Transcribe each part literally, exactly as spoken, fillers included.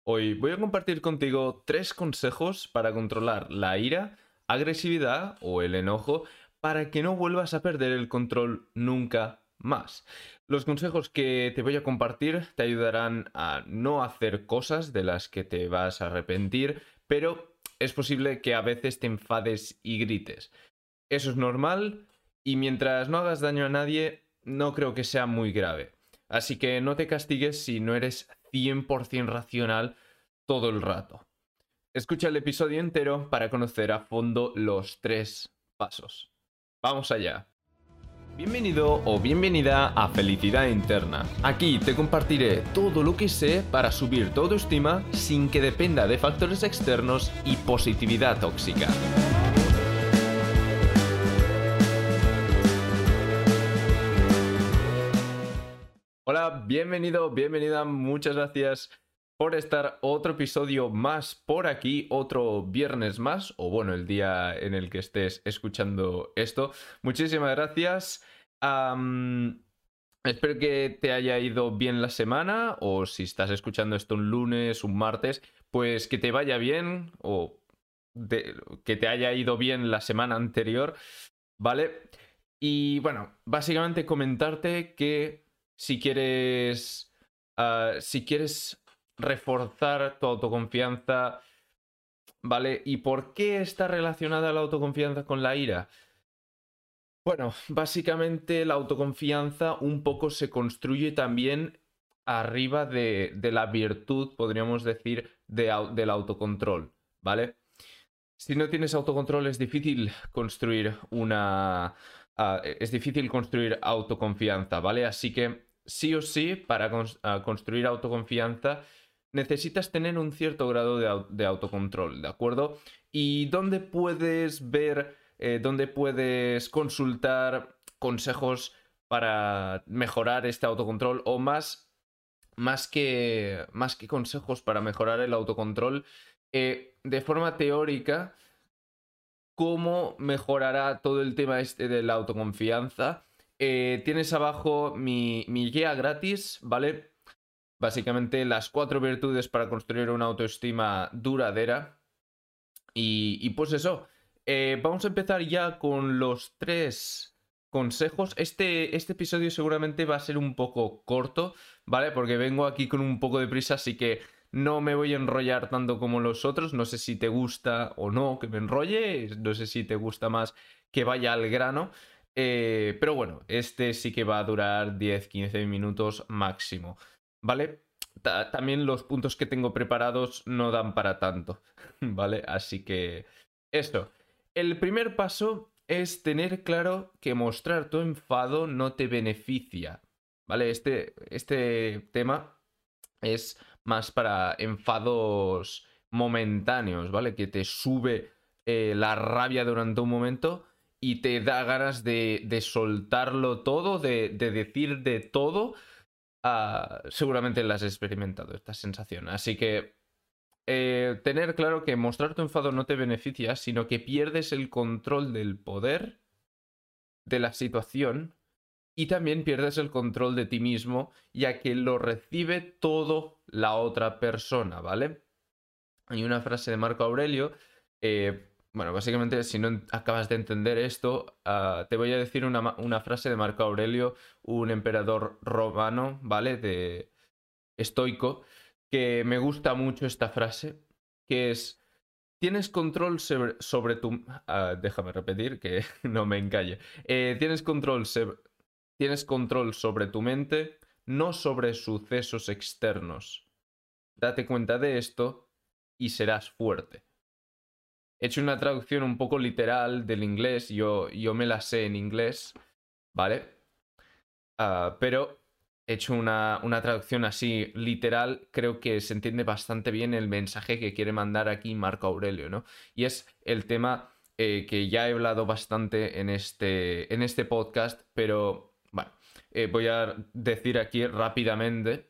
Hoy voy a compartir contigo tres consejos para controlar la ira, agresividad o el enojo para que no vuelvas a perder el control nunca más. Los consejos que te voy a compartir te ayudarán a no hacer cosas de las que te vas a arrepentir, pero es posible que a veces te enfades y grites. Eso es normal y mientras no hagas daño a nadie, no creo que sea muy grave. Así que no te castigues si no eres cien por ciento racional todo el rato. Escucha el episodio entero para conocer a fondo los tres pasos. Vamos allá. Bienvenido o bienvenida a Felicidad Interna. Aquí te compartiré todo lo que sé para subir tu autoestima sin que dependa de factores externos y positividad tóxica. Hola, bienvenido, bienvenida, muchas gracias por estar otro episodio más por aquí, otro viernes más, o bueno, el día en el que estés escuchando esto. Muchísimas gracias. Am, espero que te haya ido bien la semana, o si estás escuchando esto un lunes, un martes, pues que te vaya bien, o de- que te haya ido bien la semana anterior, ¿vale? Y bueno, básicamente comentarte que si quieres, ah, si quieres reforzar tu autoconfianza, ¿vale? ¿Y por qué está relacionada la autoconfianza con la ira? Bueno, básicamente la autoconfianza un poco se construye también arriba de, de la virtud, podríamos decir, de au- del autocontrol, ¿vale? Si no tienes autocontrol es difícil construir una... ah, es difícil construir autoconfianza, ¿vale? Así que sí o sí, para cons- ah, construir autoconfianza necesitas tener un cierto grado de, au- de autocontrol, ¿de acuerdo? ¿Y dónde puedes ver, eh, dónde puedes consultar consejos para mejorar este autocontrol o más más que, más que consejos para mejorar el autocontrol, eh, de forma teórica, cómo mejorará todo el tema este de la autoconfianza? Eh, tienes abajo mi, mi guía gratis, ¿vale? Básicamente las cuatro virtudes para construir una autoestima duradera. Y, y pues eso, eh, vamos a empezar ya con los tres consejos. Este, este episodio seguramente va a ser un poco corto, ¿vale? Porque vengo aquí con un poco de prisa, así que no me voy a enrollar tanto como los otros. No sé si te gusta o no que me enrolle, no sé si te gusta más que vaya al grano. Eh, pero bueno, este sí que va a durar diez quince minutos máximo, ¿vale? Ta- también los puntos que tengo preparados no dan para tanto. ¿Vale? Así que esto. El primer paso es tener claro que mostrar tu enfado no te beneficia. ¿Vale? Este, este tema es más para enfados momentáneos, ¿vale? Que te sube eh, la rabia durante un momento y te da ganas de, de soltarlo todo, de, de decir de todo. Ah, seguramente la has experimentado esta sensación. Así que eh, tener claro que mostrar tu enfado no te beneficia, sino que pierdes el control del poder de la situación y también pierdes el control de ti mismo, ya que lo recibe todo la otra persona, ¿vale? Hay una frase de Marco Aurelio, eh, bueno, básicamente si no acabas de entender esto, uh, te voy a decir una, una frase de Marco Aurelio, un emperador romano, ¿vale? De estoico, que me gusta mucho esta frase, que es... Tienes control sobre, sobre tu... ah, déjame repetir, que no me encalle. Eh, tienes control, se- tienes control sobre tu mente, no sobre sucesos externos. Date cuenta de esto y serás fuerte. He hecho una traducción un poco literal del inglés, yo, yo me la sé en inglés, ¿vale? Ah, pero he hecho una, una traducción así literal, creo que se entiende bastante bien el mensaje que quiere mandar aquí Marco Aurelio, ¿no? Y es el tema eh, que ya he hablado bastante en este, en este podcast, pero bueno, eh, voy a decir aquí rápidamente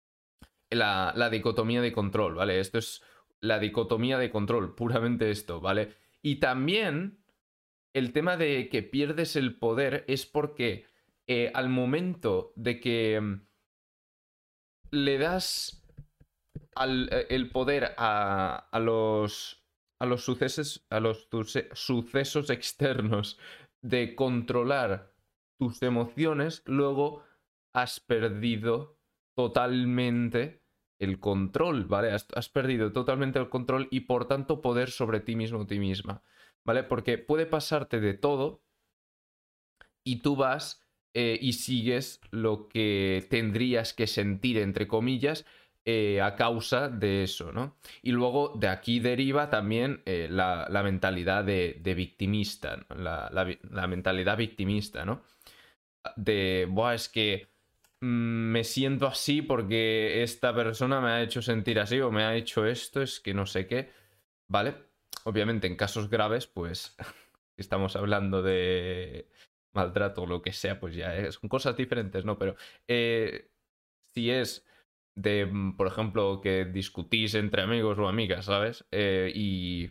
la, la dicotomía de control, ¿vale? Esto es la dicotomía de control, puramente esto, ¿vale? Y también el tema de que pierdes el poder es porque eh, al momento de que mm, le das al, eh, el poder a, a los, a los sucesos, a los suce- sucesos externos de controlar tus emociones, luego has perdido totalmente el control, ¿vale? Has, has perdido totalmente el control y por tanto poder sobre ti mismo o ti misma, ¿vale? Porque puede pasarte de todo y tú vas eh, y sigues lo que tendrías que sentir, entre comillas, eh, a causa de eso, ¿no? Y luego de aquí deriva también eh, la, la, mentalidad de, de victimista, ¿no? la, la, la, mentalidad victimista, ¿no? De, Buah, es que mm, me siento así porque esta persona me ha hecho sentir así o me ha hecho esto, es que no sé qué, ¿vale? Obviamente en casos graves, pues estamos hablando de maltrato o lo que sea, pues ya es, son cosas diferentes, ¿no? Pero eh, si es de, mm, por ejemplo, que discutís entre amigos o amigas, ¿sabes? Eh, y,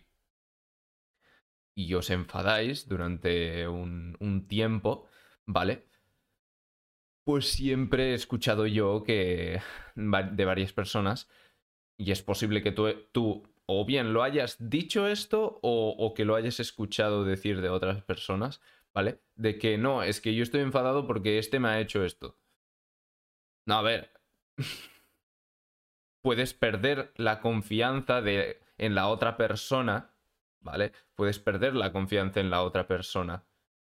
y os enfadáis durante un, un tiempo, ¿vale? Pues siempre he escuchado yo que de varias personas, y es posible que tú, tú o bien lo hayas dicho esto o, o que lo hayas escuchado decir de otras personas, ¿vale? De que no, es que yo estoy enfadado porque este me ha hecho esto. No, a ver, puedes perder la confianza de, en la otra persona, ¿vale? Puedes perder la confianza en la otra persona.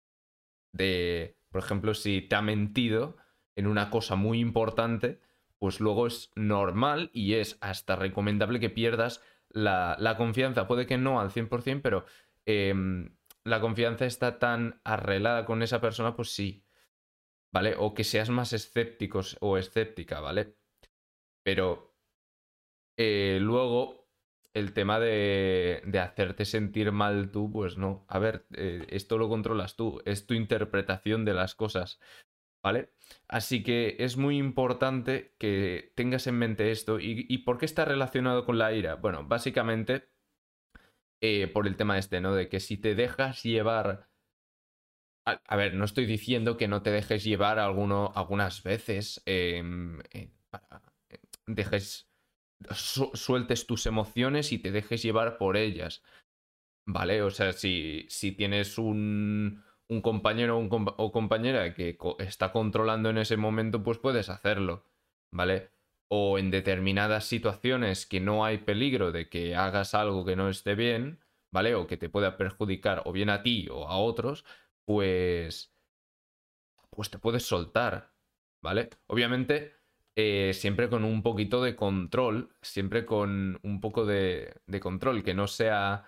De, por ejemplo, si te ha mentido en una cosa muy importante, pues luego es normal y es hasta recomendable que pierdas la, la confianza. Puede que no al cien por ciento, pero eh, la confianza está tan arreglada con esa persona, pues sí, ¿vale? O que seas más escéptico o escéptica, ¿vale? Pero eh, luego el tema de, de, hacerte sentir mal tú, pues no. A ver, eh, esto lo controlas tú, es tu interpretación de las cosas, ¿vale? Así que es muy importante que tengas en mente esto. ¿Y, y por qué está relacionado con la ira? Bueno, básicamente eh, por el tema este, ¿no? De que si te dejas llevar... A, a ver, no estoy diciendo que no te dejes llevar alguno, algunas veces, eh, eh, para, eh, dejes, su, sueltes tus emociones y te dejes llevar por ellas. Vale, o sea, si, si tienes un, un compañero o, un compa o compañera que co está controlando en ese momento, pues puedes hacerlo, ¿vale? O en determinadas situaciones que no hay peligro de que hagas algo que no esté bien, ¿vale? O que te pueda perjudicar o bien a ti o a otros, pues, pues te puedes soltar, ¿vale? Obviamente, eh, siempre con un poquito de control, siempre con un poco de, de control, que no sea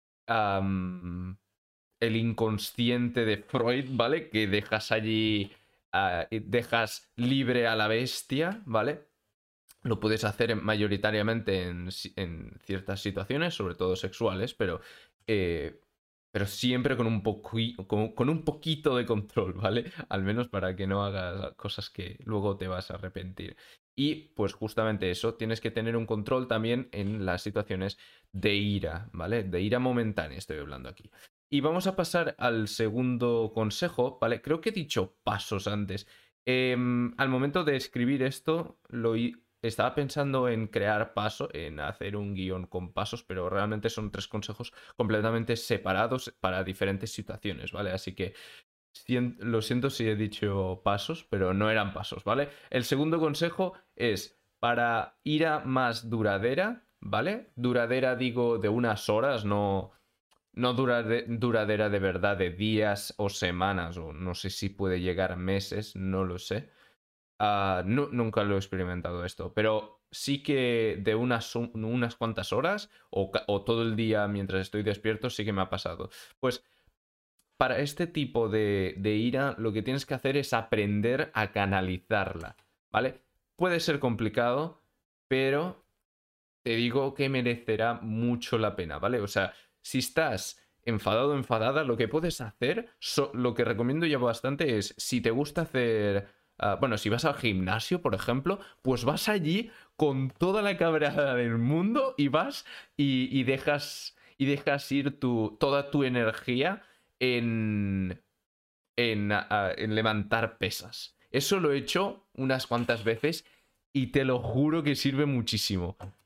um, el inconsciente de Freud, ¿vale? Que dejas allí, uh, dejas libre a la bestia, ¿vale? Lo puedes hacer mayoritariamente en, en ciertas situaciones, sobre todo sexuales, pero, eh, pero siempre con un, poqui, con, con un poquito de control, ¿vale? Al menos para que no hagas cosas que luego te vas a arrepentir. Y pues justamente eso, tienes que tener un control también en las situaciones de ira, ¿vale? De ira momentánea estoy hablando aquí. Y vamos a pasar al segundo consejo, ¿vale? Creo que he dicho pasos antes. Eh, al momento de escribir esto, lo estaba pensando en crear pasos, en hacer un guión con pasos, pero realmente son tres consejos completamente separados para diferentes situaciones, ¿vale? Así que lo siento si he dicho pasos, pero no eran pasos, ¿vale? El segundo consejo es para ira más duradera, ¿vale? Duradera digo de unas horas, no, no durade, duradera de verdad de días o semanas, o no sé si puede llegar a meses, no lo sé. Uh, no, nunca lo he experimentado esto, pero sí que de unas, unas cuantas horas o, o todo el día mientras estoy despierto sí que me ha pasado. Pues para este tipo de, de ira lo que tienes que hacer es aprender a canalizarla, ¿vale? Puede ser complicado, pero te digo que merecerá mucho la pena, ¿vale? O sea, si estás enfadado o enfadada, lo que puedes hacer, so, lo que recomiendo yo bastante es, si te gusta hacer, uh, bueno, si vas al gimnasio, por ejemplo, pues vas allí con toda la cabreada del mundo y vas y, y dejas, y dejas ir tu, toda tu energía en, en, uh, en levantar pesas. Eso lo he hecho unas cuantas veces y te lo juro que sirve muchísimo.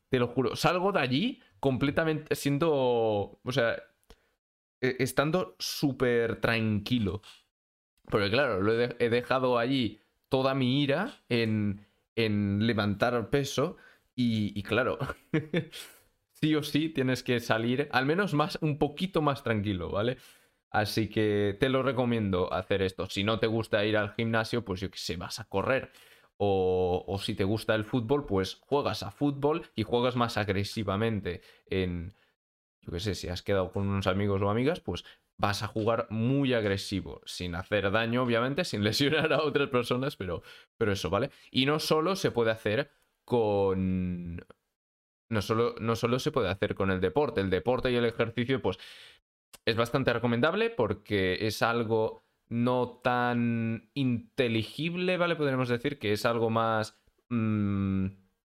te lo juro. Salgo de allí completamente siendo, o sea, estando súper tranquilo. Porque claro, lo he, de he, dejado allí toda mi ira en, en levantar peso y, y claro, sí o sí tienes que salir al menos más, un poquito más tranquilo, ¿vale? Así que te lo recomiendo hacer esto. Si no te gusta ir al gimnasio, pues yo qué sé, vas a correr. O, o si te gusta el fútbol, pues juegas a fútbol y juegas más agresivamente en, yo qué sé, si has quedado con unos amigos o amigas, pues vas a jugar muy agresivo, sin hacer daño, obviamente, sin lesionar a otras personas, pero, pero eso, ¿vale? Y no solo se puede hacer con... No solo, no solo se puede hacer con el deporte, el deporte y el ejercicio, pues es bastante recomendable porque es algo no tan inteligible, ¿vale? Podríamos decir que es algo más... Mmm,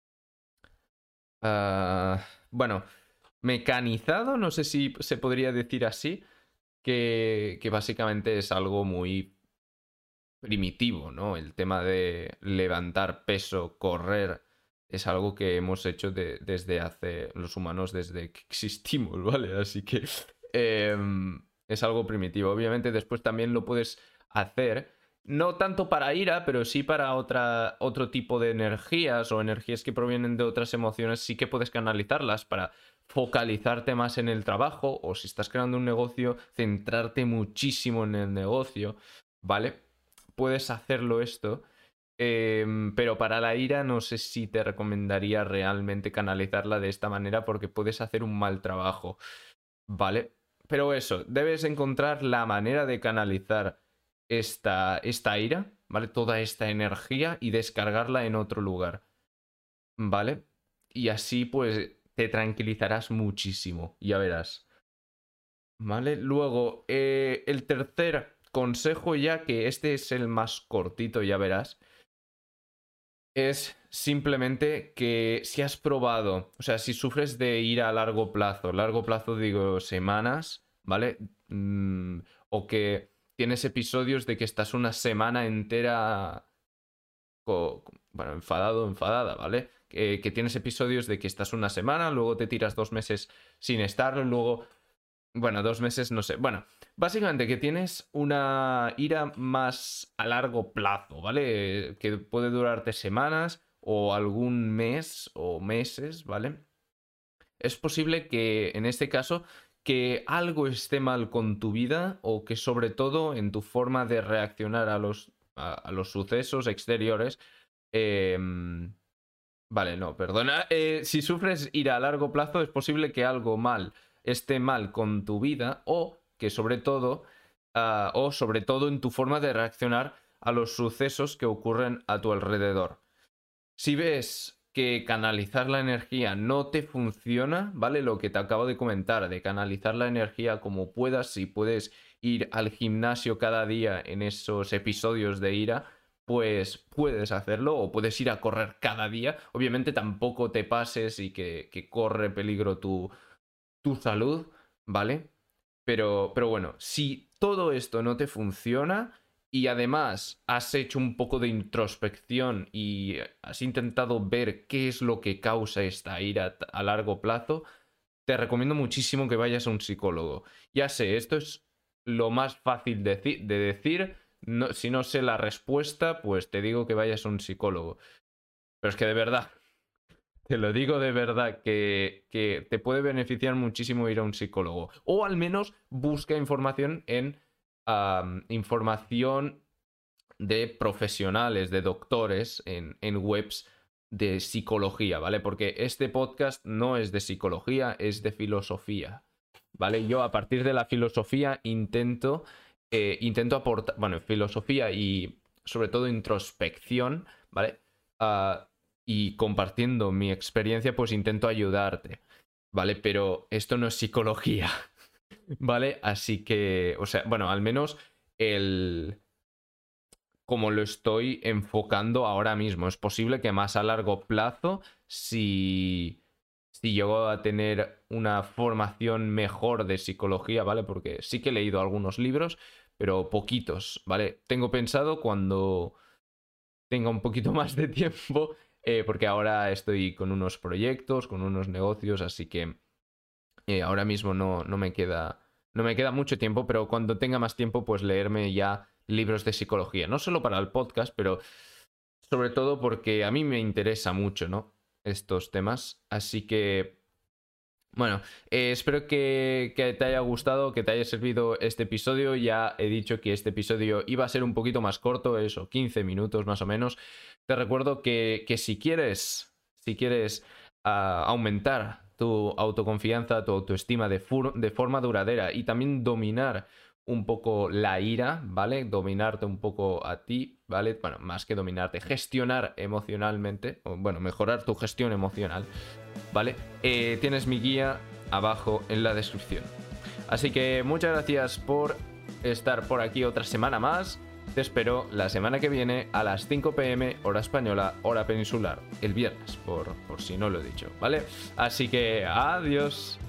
uh, bueno, mecanizado, no sé si se podría decir así, que, que básicamente es algo muy primitivo, ¿no? El tema de levantar peso, correr, es algo que hemos hecho de, desde hace los humanos, desde que existimos, ¿vale? Así que eh, es algo primitivo. Obviamente después también lo puedes hacer, no tanto para ira, pero sí para otra, otro tipo de energías o energías que provienen de otras emociones, sí que puedes canalizarlas para focalizarte más en el trabajo o si estás creando un negocio, centrarte muchísimo en el negocio, ¿vale? Puedes hacerlo esto, eh, pero para la ira no sé si te recomendaría realmente canalizarla de esta manera porque puedes hacer un mal trabajo, ¿vale? Pero eso, debes encontrar la manera de canalizar esta, esta ira, ¿vale? Toda esta energía y descargarla en otro lugar, ¿vale? Y así pues te tranquilizarás muchísimo, ya verás. ¿Vale? Luego, eh, el tercer consejo ya, que este es el más cortito, ya verás, es simplemente que si has probado, o sea, si sufres de ira a largo plazo, largo plazo digo semanas, ¿vale? Mm, o que tienes episodios de que estás una semana entera, co- bueno, enfadado, enfadada, ¿vale? Que, que tienes episodios de que estás una semana, luego te tiras dos meses sin estarlo, luego bueno, dos meses, no sé. Bueno, básicamente que tienes una ira más a largo plazo, ¿vale? Que puede durarte semanas o algún mes o meses, ¿vale? Es posible que en este caso que algo esté mal con tu vida o que sobre todo en tu forma de reaccionar a los, a, a los sucesos exteriores. Eh, Vale, no, perdona. Eh, si sufres ira a largo plazo, es posible que algo mal esté mal con tu vida o que sobre todo, uh, o sobre todo en tu forma de reaccionar a los sucesos que ocurren a tu alrededor. Si ves que canalizar la energía no te funciona, ¿vale? Lo que te acabo de comentar, de canalizar la energía como puedas, si puedes ir al gimnasio cada día en esos episodios de ira, pues puedes hacerlo o puedes ir a correr cada día. Obviamente tampoco te pases y que, que corre peligro tu, tu salud, ¿vale? Pero, pero bueno, si todo esto no te funciona y además has hecho un poco de introspección y has intentado ver qué es lo que causa esta ira a largo plazo, te recomiendo muchísimo que vayas a un psicólogo. Ya sé, esto es lo más fácil de, de decir. No, si no sé la respuesta, pues te digo que vayas a un psicólogo. Pero es que de verdad, te lo digo de verdad, que, que te puede beneficiar muchísimo ir a un psicólogo. O al menos busca información en um, información de profesionales, de doctores en, en webs de psicología, ¿vale? Porque este podcast no es de psicología, es de filosofía, ¿vale? Yo a partir de la filosofía intento, eh, intento aportar, bueno, filosofía y sobre todo introspección, ¿vale? Uh, y compartiendo mi experiencia, pues intento ayudarte, ¿vale? Pero esto no es psicología, ¿vale? Así que, o sea, bueno, al menos el como lo estoy enfocando ahora mismo. Es posible que más a largo plazo, si, si llego a tener una formación mejor de psicología, ¿vale? Porque sí que he leído algunos libros, pero poquitos, ¿vale? Tengo pensado cuando tenga un poquito más de tiempo eh, porque ahora estoy con unos proyectos, con unos negocios, así que eh, ahora mismo no, no me queda, no me queda mucho tiempo, pero cuando tenga más tiempo, pues leerme ya libros de psicología, no solo para el podcast, pero sobre todo porque a mí me interesa mucho, ¿no? Estos temas, así que bueno, eh, espero que, que te haya gustado, que te haya servido este episodio. Ya he dicho que este episodio iba a ser un poquito más corto, eso, quince minutos más o menos. Te recuerdo que, que si quieres, si quieres ah, aumentar tu autoconfianza, tu autoestima de, fur- de forma duradera y también dominar un poco la ira, ¿vale? Dominarte un poco a ti, ¿vale? Bueno, más que dominarte, gestionar emocionalmente, o bueno, mejorar tu gestión emocional, ¿vale? Eh, tienes mi guía abajo en la descripción. Así que muchas gracias por estar por aquí otra semana más. Te espero la semana que viene a las cinco pm, hora española, hora peninsular, el viernes, por, por si no lo he dicho, ¿vale? Así que adiós.